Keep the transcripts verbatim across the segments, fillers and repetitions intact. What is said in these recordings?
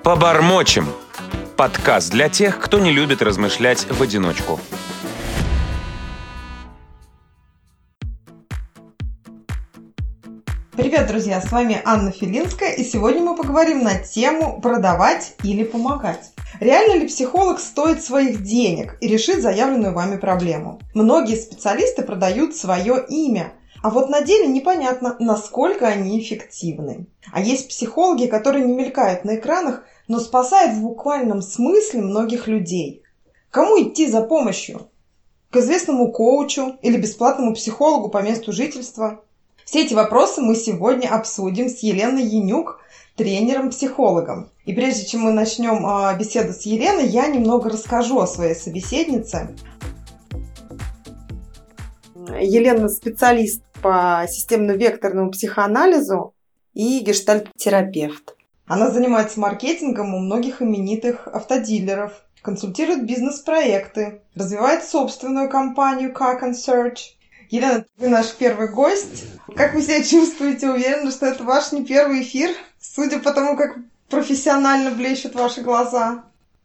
Побормочем. Подкаст для тех, кто не любит размышлять в одиночку. Привет, друзья! С вами Анна Филинская, и сегодня мы поговорим на тему «Продавать или помогать?». Реально ли психолог стоит своих денег и решит заявленную вами проблему? Многие специалисты продают свое имя, а вот на деле непонятно, насколько они эффективны. А есть психологи, которые не мелькают на экранах, но спасают в буквальном смысле многих людей. Кому идти за помощью? К известному коучу или бесплатному психологу по месту жительства? Все эти вопросы мы сегодня обсудим с Еленой Янюк, тренером-психологом. И прежде чем мы начнем э, беседу с Еленой, я немного расскажу о своей собеседнице. Елена – специалист по системно-векторному психоанализу и гештальт-терапевт. Она занимается маркетингом у многих именитых автодилеров, консультирует бизнес-проекты, развивает собственную компанию Car Concierge. Елена, вы наш первый гость. Как вы себя чувствуете? Уверена, что это ваш не первый эфир, судя по тому, как профессионально блещут ваши глаза.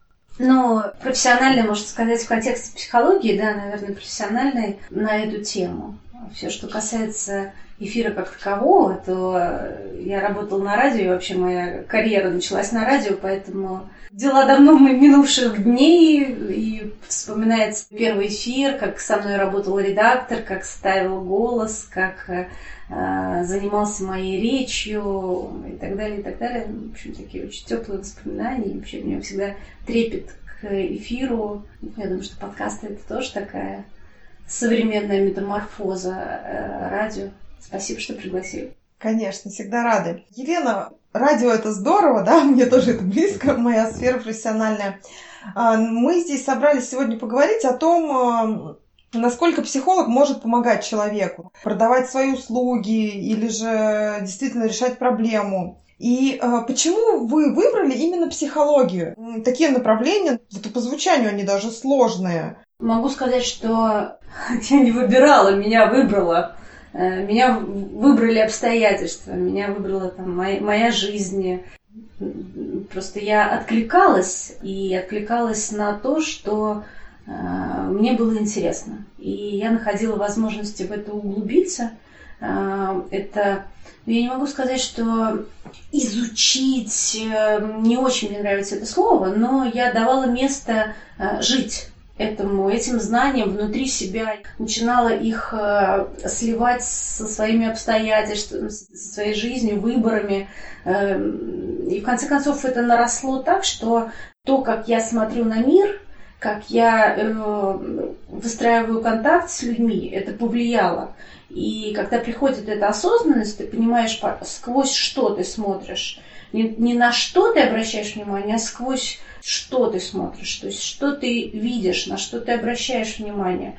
Ну, профессиональный, можно сказать, в контексте психологии, да, наверное, профессиональный на эту тему. Все, что касается эфира как такового, то я работала на радио, и вообще моя карьера началась на радио, поэтому дела давно минувших дней, и вспоминается первый эфир, как со мной работал редактор, как ставил голос, как э, занимался моей речью и так далее, и так далее. В общем, такие очень теплые воспоминания. И вообще у меня всегда трепет к эфиру. Я думаю, что подкасты — это тоже такая современная метаморфоза э, радио. Спасибо, что пригласили. Конечно, всегда рады. Елена, радио — это здорово, да, мне тоже это близко, моя сфера профессиональная. Мы здесь собрались сегодня поговорить о том, насколько психолог может помогать человеку, продавать свои услуги или же действительно решать проблему. И почему вы выбрали именно психологию? Такие направления, вот по звучанию они даже сложные. Могу сказать, что я не выбирала, меня выбрала. Меня выбрали обстоятельства, меня выбрала там моя, моя жизнь. Просто я откликалась, и откликалась на то, что э, мне было интересно. И я находила возможности в это углубиться. Э, это, я не могу сказать, что изучить, э, не очень мне нравится это слово, но я давала место э, жить этому, этим знаниям внутри себя, начинала их э, сливать со своими обстоятельствами, со своей жизнью, выборами. Э, и в конце концов это наросло так, что то, как я смотрю на мир, как я э, выстраиваю контакт с людьми, это повлияло. И когда приходит эта осознанность, ты понимаешь, сквозь что ты смотришь. Не, не на что ты обращаешь внимание, а сквозь что ты смотришь, то есть что ты видишь, на что ты обращаешь внимание.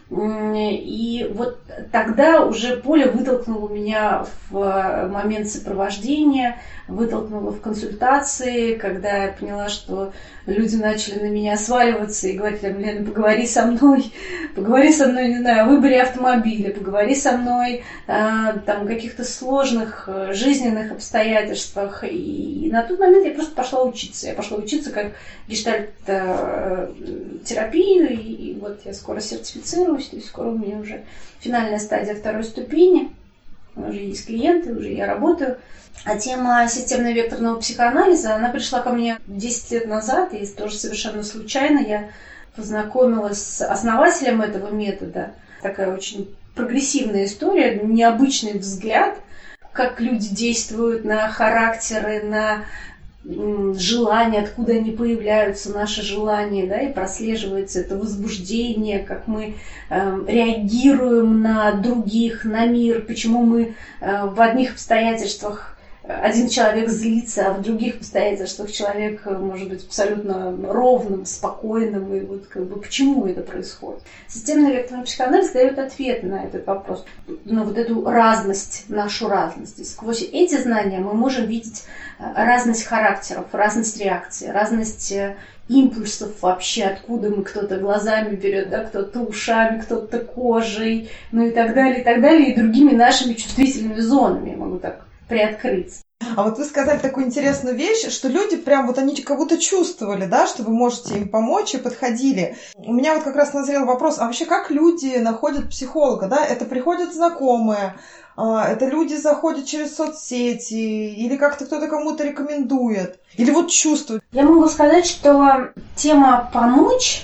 И вот тогда уже поле вытолкнуло меня в момент сопровождения, вытолкнуло в консультации, когда я поняла, что люди начали на меня сваливаться и говорить: Лена, поговори со мной, поговори со мной, не знаю, о выборе автомобиля, поговори со мной о там, каких-то сложных жизненных обстоятельствах. И на тот момент я просто пошла учиться. Я пошла учиться как гештальт-терапию, и вот я скоро сертифицируюсь, то есть скоро у меня уже финальная стадия второй ступени, уже есть клиенты, уже я работаю. А тема системно-векторного психоанализа, она пришла ко мне десять лет назад, и тоже совершенно случайно я познакомилась с основателем этого метода. Такая очень прогрессивная история, необычный взгляд, как люди действуют на характеры, на желания, откуда они появляются, наши желания, да, и прослеживается это возбуждение, как мы э, реагируем на других, на мир, почему мы э, в одних обстоятельствах один человек злится, а в других обстоятельствах человек может быть абсолютно ровным, спокойным, и вот как бы почему это происходит. Системный векторный психоанализ дает ответы на этот вопрос, на вот эту разность, нашу разность. И сквозь эти знания мы можем видеть разность характеров, разность реакций, разность импульсов вообще, откуда мы, кто-то глазами берет, да, кто-то ушами, кто-то кожей, ну и так далее, и так далее, и другими нашими чувствительными зонами, я могу так приоткрыть. А вот вы сказали такую интересную вещь, что люди прям вот они как будто чувствовали, да, что вы можете им помочь и подходили. У меня вот как раз назрел вопрос, а вообще как люди находят психолога, да? Это приходят знакомые, это люди заходят через соцсети, или как-то кто-то кому-то рекомендует, или вот чувствуют? Я могу сказать, что тема «помочь»,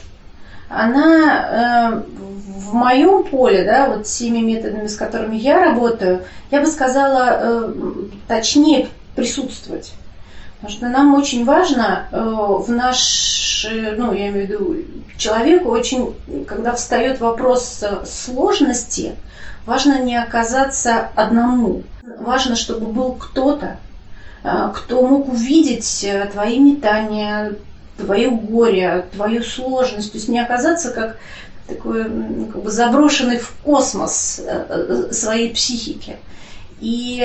она э, в моем поле, да, вот с теми методами, с которыми я работаю, я бы сказала, э, точнее присутствовать. Потому что нам очень важно э, в наш, ну, я имею в виду, человеку очень, когда встает вопрос сложности, важно не оказаться одному. Важно, чтобы был кто-то, э, кто мог увидеть твои метания, твое горе, твою сложность, то есть не оказаться как такой, как бы заброшенный в космос своей психики. И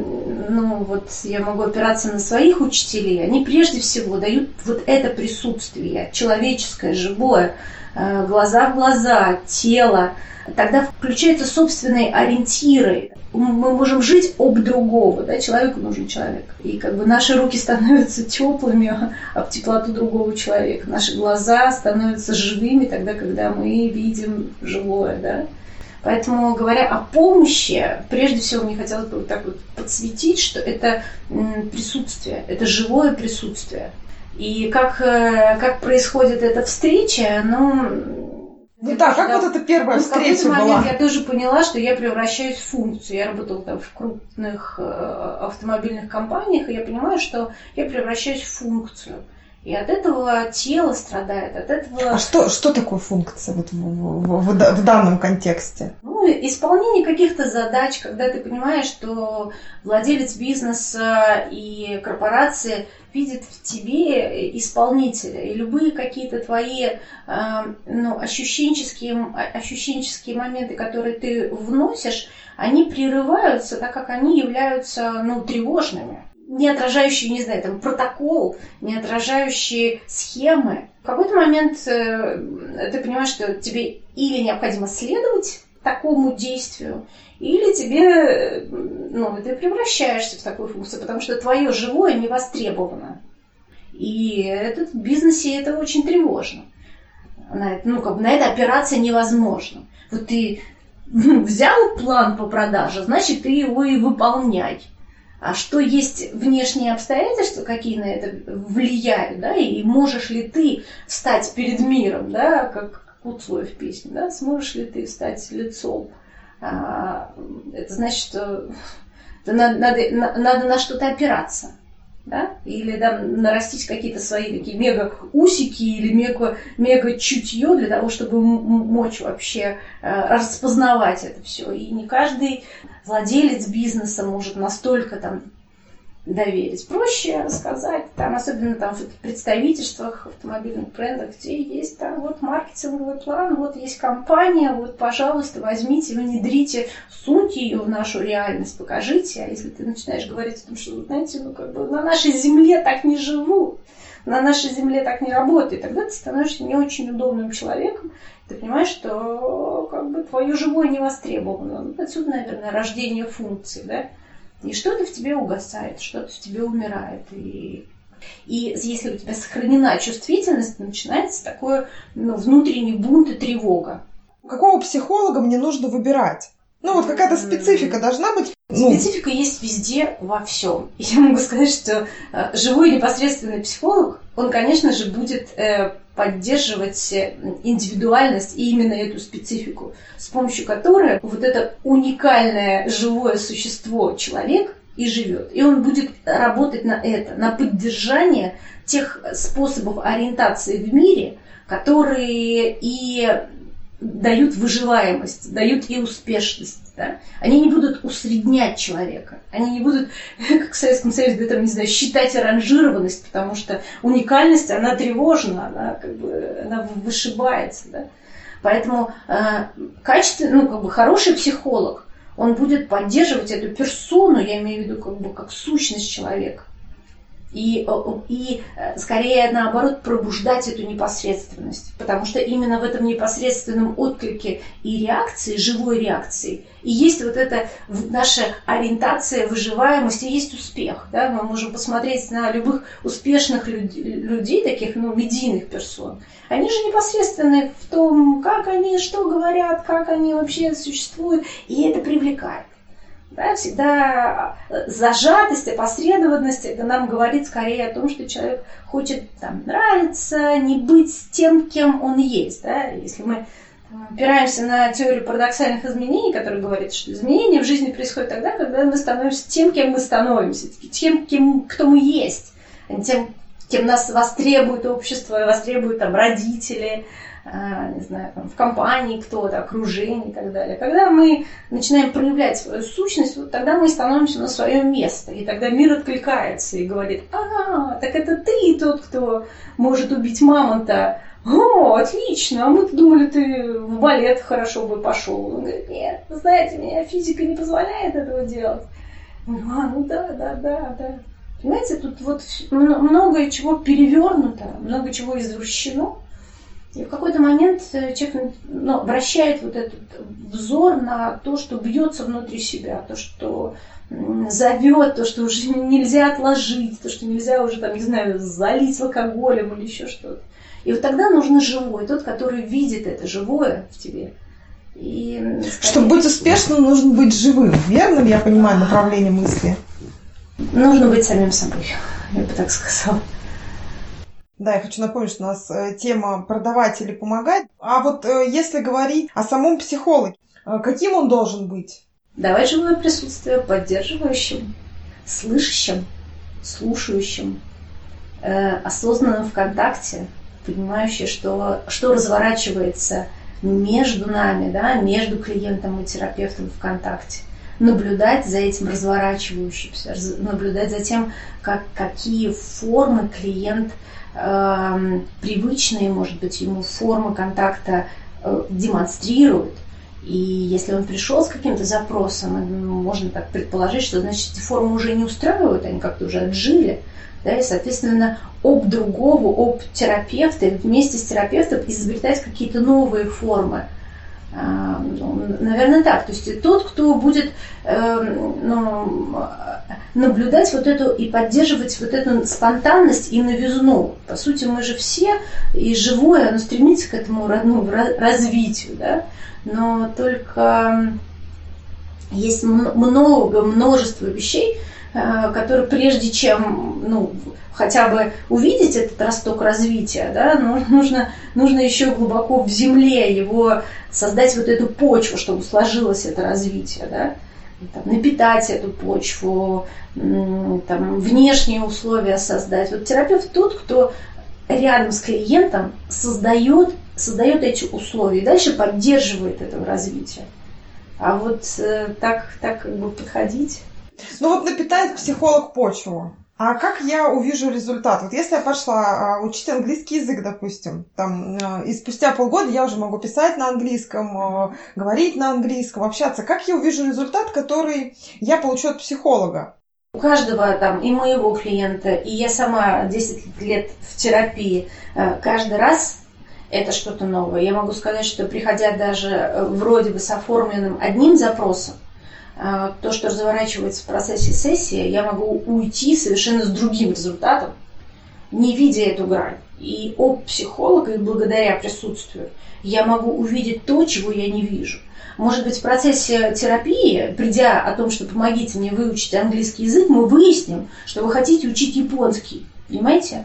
ну, вот я могу опираться на своих учителей, они прежде всего дают вот это присутствие, человеческое, живое, глаза в глаза, тело. Тогда включаются собственные ориентиры. Мы можем жить об другого, да, человеку нужен человек. И как бы наши руки становятся теплыми об теплоту другого человека. Наши глаза становятся живыми тогда, когда мы видим живое, да. Поэтому, говоря о помощи, прежде всего мне хотелось бы вот так вот подсветить, что это присутствие, это живое присутствие. И как, как происходит эта встреча, ну... Ну да, как да, вот эта первая ну, встреча была? В какой-то момент я тоже поняла, что я превращаюсь в функцию. Я работала там в крупных э, автомобильных компаниях, и я понимаю, что я превращаюсь в функцию. И от этого тело страдает, от этого... А что, что такое функция вот в, в, в, в данном контексте? Ну, исполнение каких-то задач, когда ты понимаешь, что владелец бизнеса и корпорации видит в тебе исполнителя. И любые какие-то твои э, ну, ощущенческие, ощущенческие моменты, которые ты вносишь, они прерываются, так как они являются ну, тревожными. Не отражающие, не знаю, там, протокол, не отражающие схемы. В какой-то момент э, ты понимаешь, что тебе или необходимо следовать такому действию, или тебе, ну, ты превращаешься в такую функцию, потому что твое живое не востребовано. И это, в бизнесе это очень тревожно. На, ну, как бы на это опираться невозможно. Вот ты взял план по продаже, значит, ты его и выполняй. А что есть внешние обстоятельства, какие на это влияют, да, и можешь ли ты встать перед миром, да, как Куцлой в песне, да, сможешь ли ты встать лицом? А, это значит, что надо, надо, надо на что-то опираться, да, или да, нарастить какие-то свои такие мега-усики или мега-чутье для того, чтобы мочь вообще распознавать это все. И не каждый владелец бизнеса может настолько там доверить. Проще рассказать, там, особенно там, в представительствах, автомобильных брендах, где есть там вот маркетинговый план, вот есть компания, вот, пожалуйста, возьмите, внедрите, суньте ее в нашу реальность, покажите. А если ты начинаешь говорить о том, что, знаете, ну, как бы на нашей земле так не живут, на нашей земле так не работает, тогда ты становишься не очень удобным человеком, ты понимаешь, что как бы твое живое не востребовано. Отсюда, наверное, рождение функций, да? И что-то в тебе угасает, что-то в тебе умирает. И, и если у тебя сохранена чувствительность, начинается такой ну, внутренний бунт и тревога. Какого психолога мне нужно выбирать? Ну, вот какая-то специфика должна быть. Специфика есть везде, во всем. И я могу сказать, что э, живой непосредственный психолог, он, конечно же, будет э, поддерживать индивидуальность и именно эту специфику, с помощью которой вот это уникальное живое существо, человек, и живет. И он будет работать на это, на поддержание тех способов ориентации в мире, которые и дают выживаемость, дают и успешность. Да? Они не будут усреднять человека, они не будут, как в Советском Союзе, да, там, не знаю, считать ранжированность, потому что уникальность, она тревожна, она, как бы, она вышибается. Да? Поэтому э, качественный, ну, как бы, хороший психолог, он будет поддерживать эту персону, я имею в виду как бы как сущность человека. И, и скорее наоборот пробуждать эту непосредственность, потому что именно в этом непосредственном отклике и реакции, живой реакции, и есть вот эта наша ориентация, выживаемость, и есть успех. Да? Мы можем посмотреть на любых успешных людей, людей таких, ну, медийных персон. Они же непосредственны в том, как они, что говорят, как они вообще существуют, и это привлекает. Да, всегда зажатость, опосредованность, это нам говорит скорее о том, что человек хочет там нравиться, не быть тем, кем он есть. Да? Если мы опираемся на теорию парадоксальных изменений, которая говорит, что изменения в жизни происходят тогда, когда мы становимся тем, кем мы становимся, тем, кем, кто мы есть, а не тем, кем нас востребует общество, востребуют там родители, не знаю, там, в компании кто-то, окружение и так далее. Когда мы начинаем проявлять свою сущность, вот тогда мы становимся на свое место. И тогда мир откликается и говорит: ага, так это ты тот, кто может убить мамонта. О, отлично, а мы-то думали, ты в балет хорошо бы пошел. Он говорит: нет, вы знаете, меня физика не позволяет этого делать. Я говорю: а, ну да, да, да, да. Понимаете, тут вот многое чего перевернуто, много чего извращено. И в какой-то момент человек, ну, обращает вот этот взор на то, что бьется внутри себя, то, что зовет, то, что уже нельзя отложить, то, что нельзя уже, там, не знаю, залить алкоголем или еще что-то. И вот тогда нужен живой, тот, который видит это живое в тебе. И, скорее... Чтобы быть успешным, нужно быть живым. Верно ли я понимаю направление мысли? Нужно быть самим собой, я бы так сказала. Да, я хочу напомнить, что у нас тема «продавать или помогать». А вот если говорить о самом психологе, каким он должен быть? Давать живое присутствие, поддерживающим, слышащим, слушающим, э, осознанным в контакте, понимающим, что, что разворачивается между нами, да, между клиентом и терапевтом в контакте. Наблюдать за этим разворачивающимся, наблюдать за тем, как, какие формы клиент э, привычные, может быть, ему формы контакта э, демонстрирует. И если он пришел с каким-то запросом, можно так предположить, что, значит, эти формы уже не устраивают, они как-то уже отжили. Да, и, соответственно, об другого, об терапевта, вместе с терапевтом изобретать какие-то новые формы. Наверное, так. То есть тот, кто будет э, ну, наблюдать вот эту и поддерживать вот эту спонтанность и новизну. По сути, мы же все, и живое, оно стремится к этому ну, развитию, да? Но только есть много, множество вещей, э, которые прежде чем ну, хотя бы увидеть этот росток развития, да, нужно, нужно еще глубоко в земле его создать вот эту почву, чтобы сложилось это развитие, да, там, напитать эту почву, там, внешние условия создать. Вот терапевт тот, кто рядом с клиентом создает, создает эти условия и дальше поддерживает это развитие. А вот э, так, так как бы подходить. Ну вот напитает психолог почву. А как я увижу результат? Вот если я пошла учить английский язык, допустим, там, и спустя полгода я уже могу писать на английском, говорить на английском, общаться. Как я увижу результат, который я получу от психолога? У каждого, там, и моего клиента, и я сама десять лет в терапии, каждый раз это что-то новое. Я могу сказать, что приходя даже вроде бы с оформленным одним запросом, то, что разворачивается в процессе сессии, я могу уйти совершенно с другим результатом, не видя эту грань. И об психолога, и благодаря присутствию, я могу увидеть то, чего я не вижу. Может быть, в процессе терапии, придя о том, что помогите мне выучить английский язык, мы выясним, что вы хотите учить японский. Понимаете?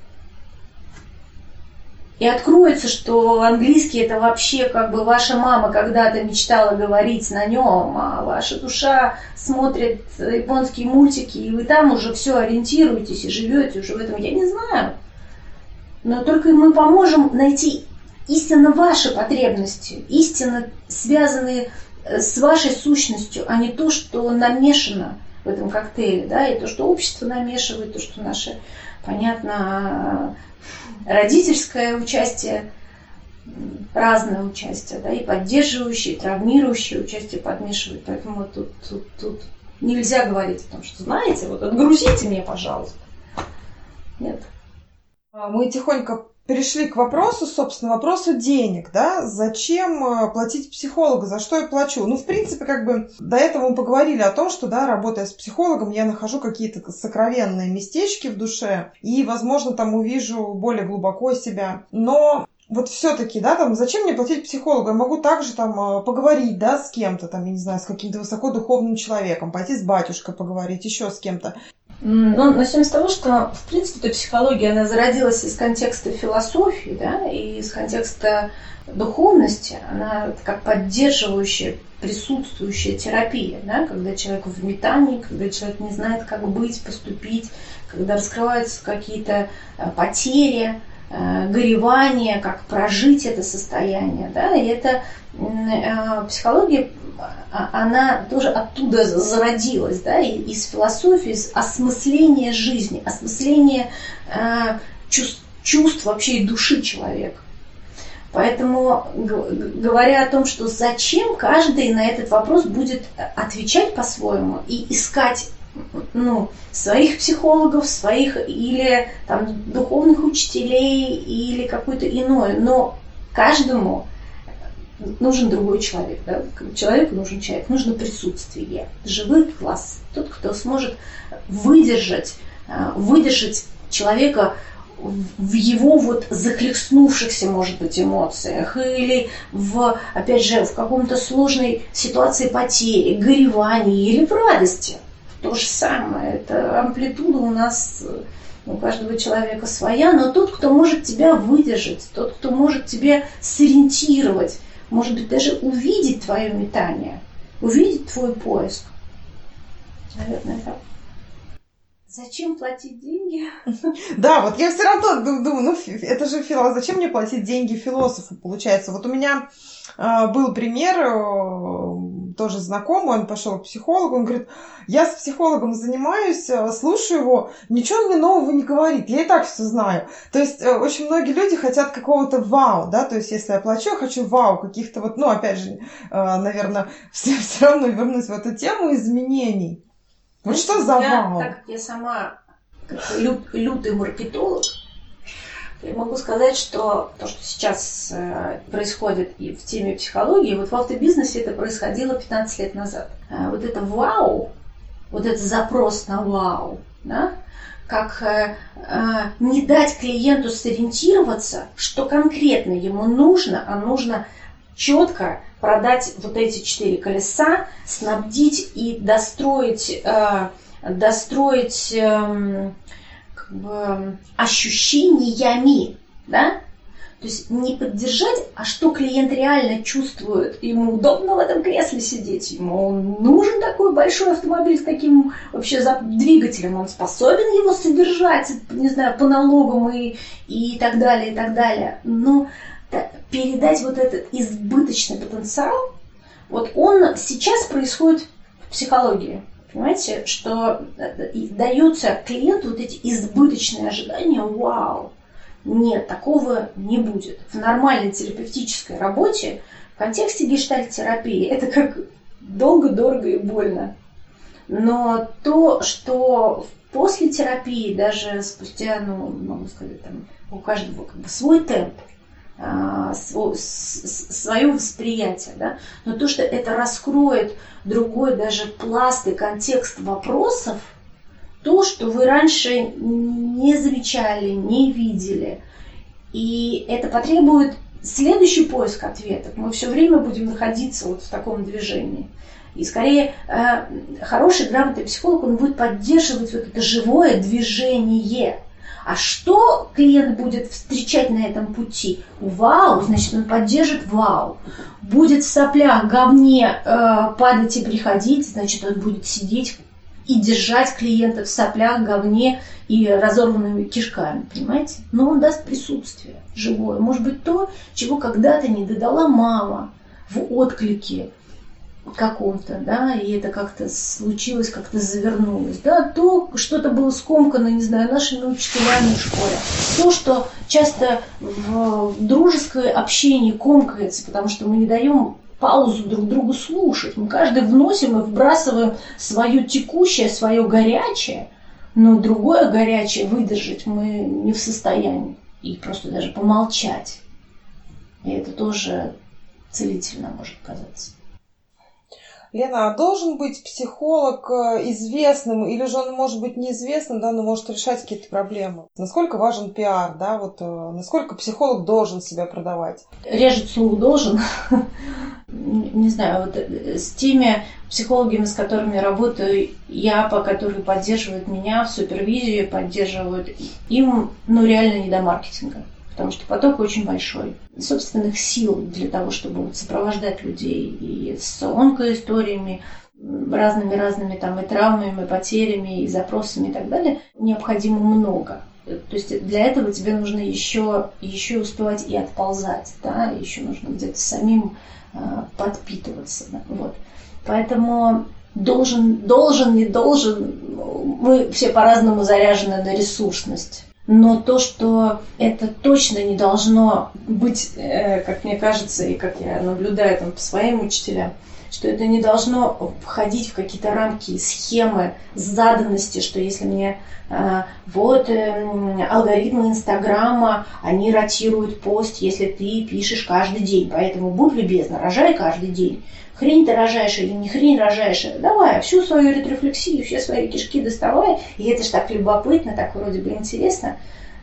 И откроется, что английский это вообще как бы ваша мама когда-то мечтала говорить на нем, а ваша душа смотрит японские мультики, и вы там уже все ориентируетесь и живете уже в этом. Я не знаю. Но только мы поможем найти истинно ваши потребности, истинно связанные с вашей сущностью, а не то, что намешано в этом коктейле, да, и то, что общество намешивает, то, что наше, понятно, родительское участие, разное участие, да, и поддерживающее, и травмирующее участие подмешивает. Поэтому тут, тут, тут нельзя говорить о том, что, знаете, вот отгрузите мне, пожалуйста. Нет. Мы тихонько перешли к вопросу, собственно, вопросу денег, да, зачем платить психологу, за что я плачу? Ну, в принципе, как бы до этого мы поговорили о том, что, да, работая с психологом, я нахожу какие-то сокровенные местечки в душе и, возможно, там увижу более глубоко себя, но вот все-таки, да, там, зачем мне платить психологу? Я могу также там поговорить, да, с кем-то, там, я не знаю, с каким-то высокодуховным человеком, пойти с батюшкой поговорить, еще с кем-то. Ну, начнем с того, что, в принципе, психология, она зародилась из контекста философии, да, и из контекста духовности. Она как поддерживающая, присутствующая терапия, да, когда человек в метании, когда человек не знает, как быть, поступить, когда раскрываются какие-то потери, горевания, как прожить это состояние, да, и это психология, она тоже оттуда зародилась, да, из философии, из осмысления жизни, осмысления чувств, чувств вообще и души человека. Поэтому, говоря о том, что зачем, каждый на этот вопрос будет отвечать по-своему и искать, ну, своих психологов, своих или там духовных учителей или какое-то иное, но каждому нужен другой человек, да? Человеку нужен человек, нужно присутствие, живой глаз, тот, кто сможет выдержать, выдержать человека в его вот захлестнувшихся, может быть, эмоциях или в, опять же, в каком-то сложной ситуации потери, горевании или в радости. То же самое, это амплитуда у нас, у каждого человека своя, но тот, кто может тебя выдержать, тот, кто может тебя сориентировать, может быть, даже увидеть твое метание, увидеть твой поиск. Наверное, так. Зачем платить деньги? Да, вот я все равно думаю, ну это же философ, зачем мне платить деньги философу, получается? Вот у меня э, был пример, э, тоже знакомый, он пошел к психологу, он говорит, я с психологом занимаюсь, слушаю его, ничего он мне нового не говорит, я и так все знаю. То есть э, очень многие люди хотят какого-то вау, да, то есть если я плачу, я хочу вау, каких-то вот, ну опять же, э, наверное, все, все равно вернусь в эту тему изменений. Вот что за вау? Так как я сама как лют, лютый маркетолог, я могу сказать, что то, что сейчас э, происходит и в теме психологии, вот в автобизнесе это происходило пятнадцать лет назад. Э, вот это вау, вот этот запрос на вау, да, как э, э, не дать клиенту сориентироваться, что конкретно ему нужно, а нужно четко продать вот эти четыре колеса, снабдить и достроить, э, достроить э, как бы ощущениями, да? То есть не поддержать, а что клиент реально чувствует. Ему удобно в этом кресле сидеть, ему нужен такой большой автомобиль с таким вообще двигателем, он способен его содержать, не знаю, по налогам и, и так далее, и так далее. Но передать вот этот избыточный потенциал, вот он сейчас происходит в психологии. Понимаете, что даются клиенту вот эти избыточные ожидания, вау, нет, такого не будет. В нормальной терапевтической работе, в контексте гештальт-терапии, это как долго, дорого и больно. Но то, что после терапии, даже спустя, ну, могу сказать, там, у каждого как бы свой темп, свое восприятие, да? Но то, что это раскроет другой даже пласт и контекст вопросов, то, что вы раньше не замечали, не видели, и это потребует следующий поиск ответов. Мы все время будем находиться вот в таком движении. И скорее хороший, грамотный психолог, он будет поддерживать вот это живое движение. А что клиент будет встречать на этом пути? Вау, значит, он поддержит вау. Будет в соплях, говне э, падать и приходить, значит, он будет сидеть и держать клиента в соплях, говне и разорванными кишками, понимаете? Но он даст присутствие живое. Может быть, то, чего когда-то не додала мама в отклике каком-то, да, и это как-то случилось, как-то завернулось, да, то что-то было скомкано, не знаю, нашими учителями в школе, то, что часто в дружеское общение комкается, потому что мы не даем паузу друг другу слушать, мы каждый вносим и вбрасываем свое текущее, свое горячее Но другое горячее выдержать мы не в состоянии. И просто даже помолчать. И это тоже целительно может казаться. Лена, а должен быть психолог известным, или же он может быть неизвестным, да, но может решать какие-то проблемы? Насколько важен пиар, да, вот насколько психолог должен себя продавать? Режет слово «должен». Не знаю, вот с теми психологами, с которыми работаю я, по которые поддерживают меня в супервизии, поддерживают, им, ну, реально не до маркетинга. Потому что поток очень большой. Собственных сил для того, чтобы сопровождать людей и с онкоисториями, разными-разными там и травмами, и потерями, и запросами и так далее, необходимо много. То есть для этого тебе нужно еще, еще успевать и отползать, да, еще нужно где-то самим э, подпитываться. Да, вот. Поэтому должен, должен, не должен, мы все по-разному заряжены на ресурсность. Но то, что это точно не должно быть, э, как мне кажется, и как я наблюдаю там по своим учителям, что это не должно входить в какие-то рамки и схемы заданности, что если мне э, вот э, алгоритмы Инстаграма, они ротируют пост, если ты пишешь каждый день, поэтому будь любезна, рожай каждый день. Хрень ты рожаешь или не хрень рожаешь, давай всю свою ретрефлексию, все свои кишки доставай, и это же так любопытно, так вроде бы интересно.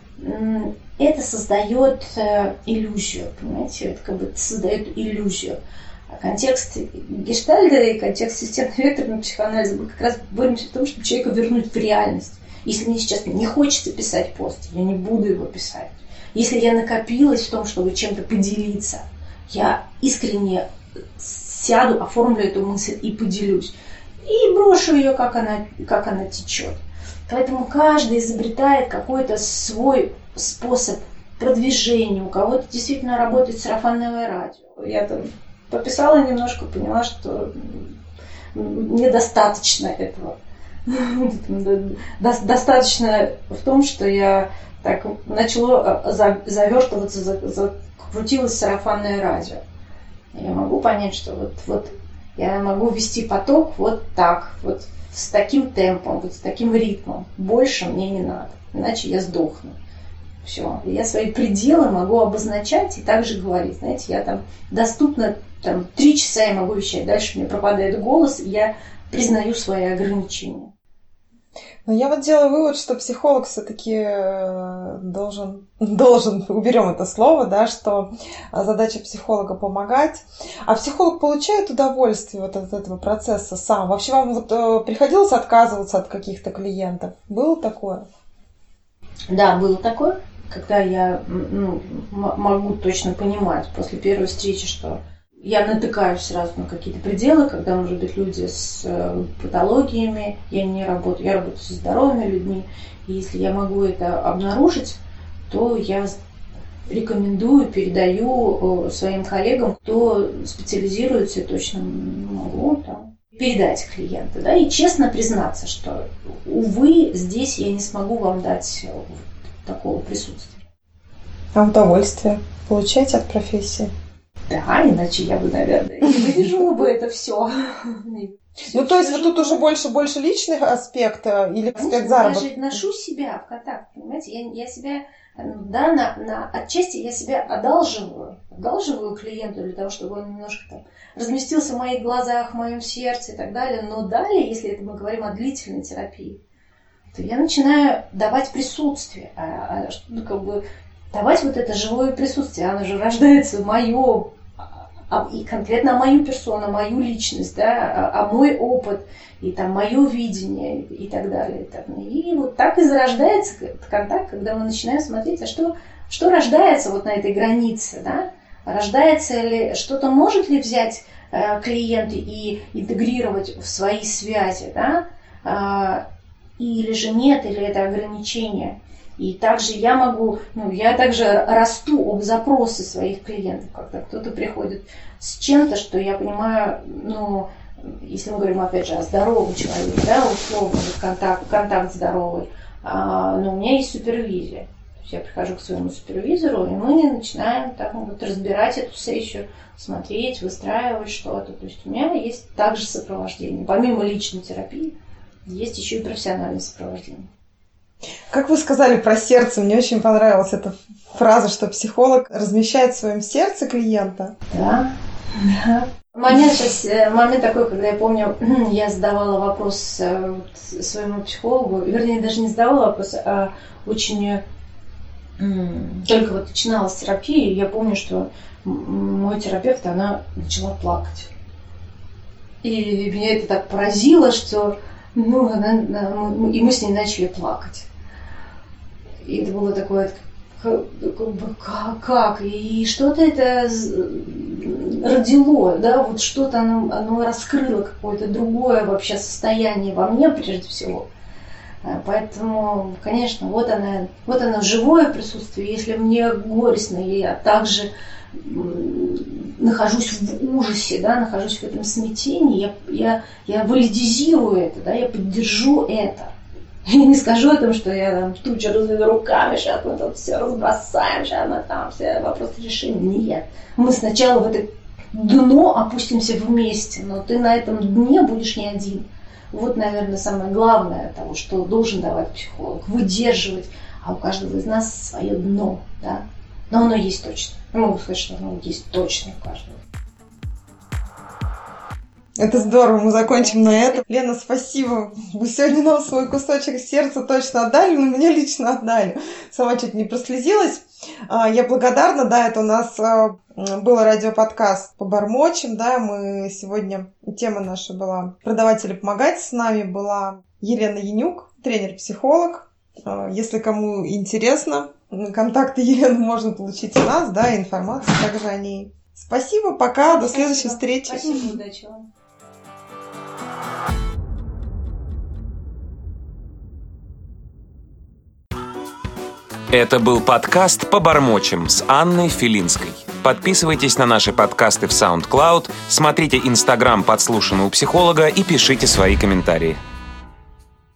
Это создает иллюзию, понимаете, это как бы создает иллюзию. А контекст гештальта и контекст системно-векторного психоанализа, мы как раз боремся в том, чтобы человека вернуть в реальность. Если мне сейчас не хочется писать пост, я не буду его писать. Если я накопилась в том, чтобы чем-то поделиться, я искренне сяду, оформлю эту мысль и поделюсь. И брошу ее, как она, как она течет. Поэтому каждый изобретает какой-то свой способ продвижения. У кого-то действительно работает сарафанное радио. Я там пописала немножко, поняла, что недостаточно этого. Достаточно в том, что я так начала завертываться, закрутилось сарафанное радио. Я могу понять, что вот, вот я могу вести поток вот так, вот с таким темпом, вот с таким ритмом. Больше мне не надо, иначе я сдохну. Все. Я свои пределы могу обозначать и также говорить. Знаете, я там доступна, там, три часа я могу вещать, дальше мне пропадает голос, и я признаю свои ограничения. Но я вот делаю вывод, что психолог все-таки должен, должен, уберем это слово, да, что задача психолога помогать. А психолог получает удовольствие вот от этого процесса сам? Вообще вам вот приходилось отказываться от каких-то клиентов? Было такое? Да, было такое, когда я ну, могу точно понимать после первой встречи, что я натыкаюсь сразу на какие-то пределы, когда, может быть, люди с патологиями, я не работаю, я работаю со здоровыми людьми, и если я могу это обнаружить, то я рекомендую, передаю своим коллегам, кто специализируется, и точно могу там, передать клиента, да, и честно признаться, что, увы, здесь я не смогу вам дать такого присутствия. А удовольствие получаете от профессии? Да, иначе я бы, наверное, не выдержала бы это все. Ну, то есть вот тут уже больше, больше личных аспектов или аспект заработка? Я же ношу себя в контакт, понимаете? Я, я себя, да, на, на, отчасти я себя одалживаю, одалживаю клиенту для того, чтобы он немножко там разместился в моих глазах, в моем сердце и так далее. Но далее, если это мы говорим о длительной терапии, то я начинаю давать присутствие, а, а, ну, как бы давать вот это живое присутствие, оно же рождается мое, и конкретно мою персону, мою личность, да, а, а мой опыт, и там мое видение, и так далее. И, так. И вот так и зарождается контакт, когда мы начинаем смотреть, а что, что рождается вот на этой границе, да? Рождается ли, что-то может ли взять э, клиент и интегрировать в свои связи, да? А, или же нет, или это ограничение. И также я могу, ну, я также расту об запросы своих клиентов, когда кто-то приходит с чем-то, что я понимаю, ну, если мы говорим, опять же, о здоровом человеке, да, условно, контакт, контакт здоровый, а, но у меня есть супервизия. То есть я прихожу к своему супервизору, и мы начинаем так, вот, разбирать эту сессию, смотреть, выстраивать что-то. То есть у меня есть также сопровождение. Помимо личной терапии, есть еще и профессиональное сопровождение. Как вы сказали про сердце, мне очень понравилась эта фраза, что психолог размещает в своем сердце клиента. Да, да. Момент сейчас, момент такой, когда я помню, я задавала вопрос своему психологу, вернее, даже не задавала вопрос, а очень только вот начиналась терапия, и я помню, что мой терапевт, она начала плакать. И меня это так поразило, что ну, она, и мы с ней начали плакать. И это было такое, как, как? И что-то это родило, да, вот что-то оно, оно раскрыло какое-то другое вообще состояние во мне, прежде всего. Поэтому, конечно, вот она, вот она живое присутствие. Если мне горестно, я также нахожусь в ужасе, да, нахожусь в этом смятении, я, я, я валидизирую это, да, я поддержу это. Я не скажу о том, что я там туча разведу руками, сейчас мы тут все разбросаем, сейчас мы там все вопросы решим. Нет. Мы сначала в это дно опустимся вместе, но ты на этом дне будешь не один. Вот, наверное, самое главное того, что должен давать психолог. Выдерживать, а у каждого из нас свое дно, да. Но оно есть точно. Я могу сказать, что оно есть точно у каждого. Это здорово, мы закончим на этом. Лена, спасибо. Вы сегодня нам свой кусочек сердца точно отдали, но мне лично отдали. Сама чуть не прослезилась. Я благодарна, да, это у нас был радиоподкаст «Побормочем», да, мы сегодня, тема наша была «Продавать или помогать», с нами была Елена Янюк, тренер-психолог. Если кому интересно, контакты Елены можно получить у нас, да, информацию также о ней. Спасибо, пока, до следующей встречи. Спасибо, удачи вам. Это был подкаст «Побормочем» с Анной Филинской. Подписывайтесь на наши подкасты в SoundCloud, смотрите Инстаграм «Подслушано у психолога» и пишите свои комментарии.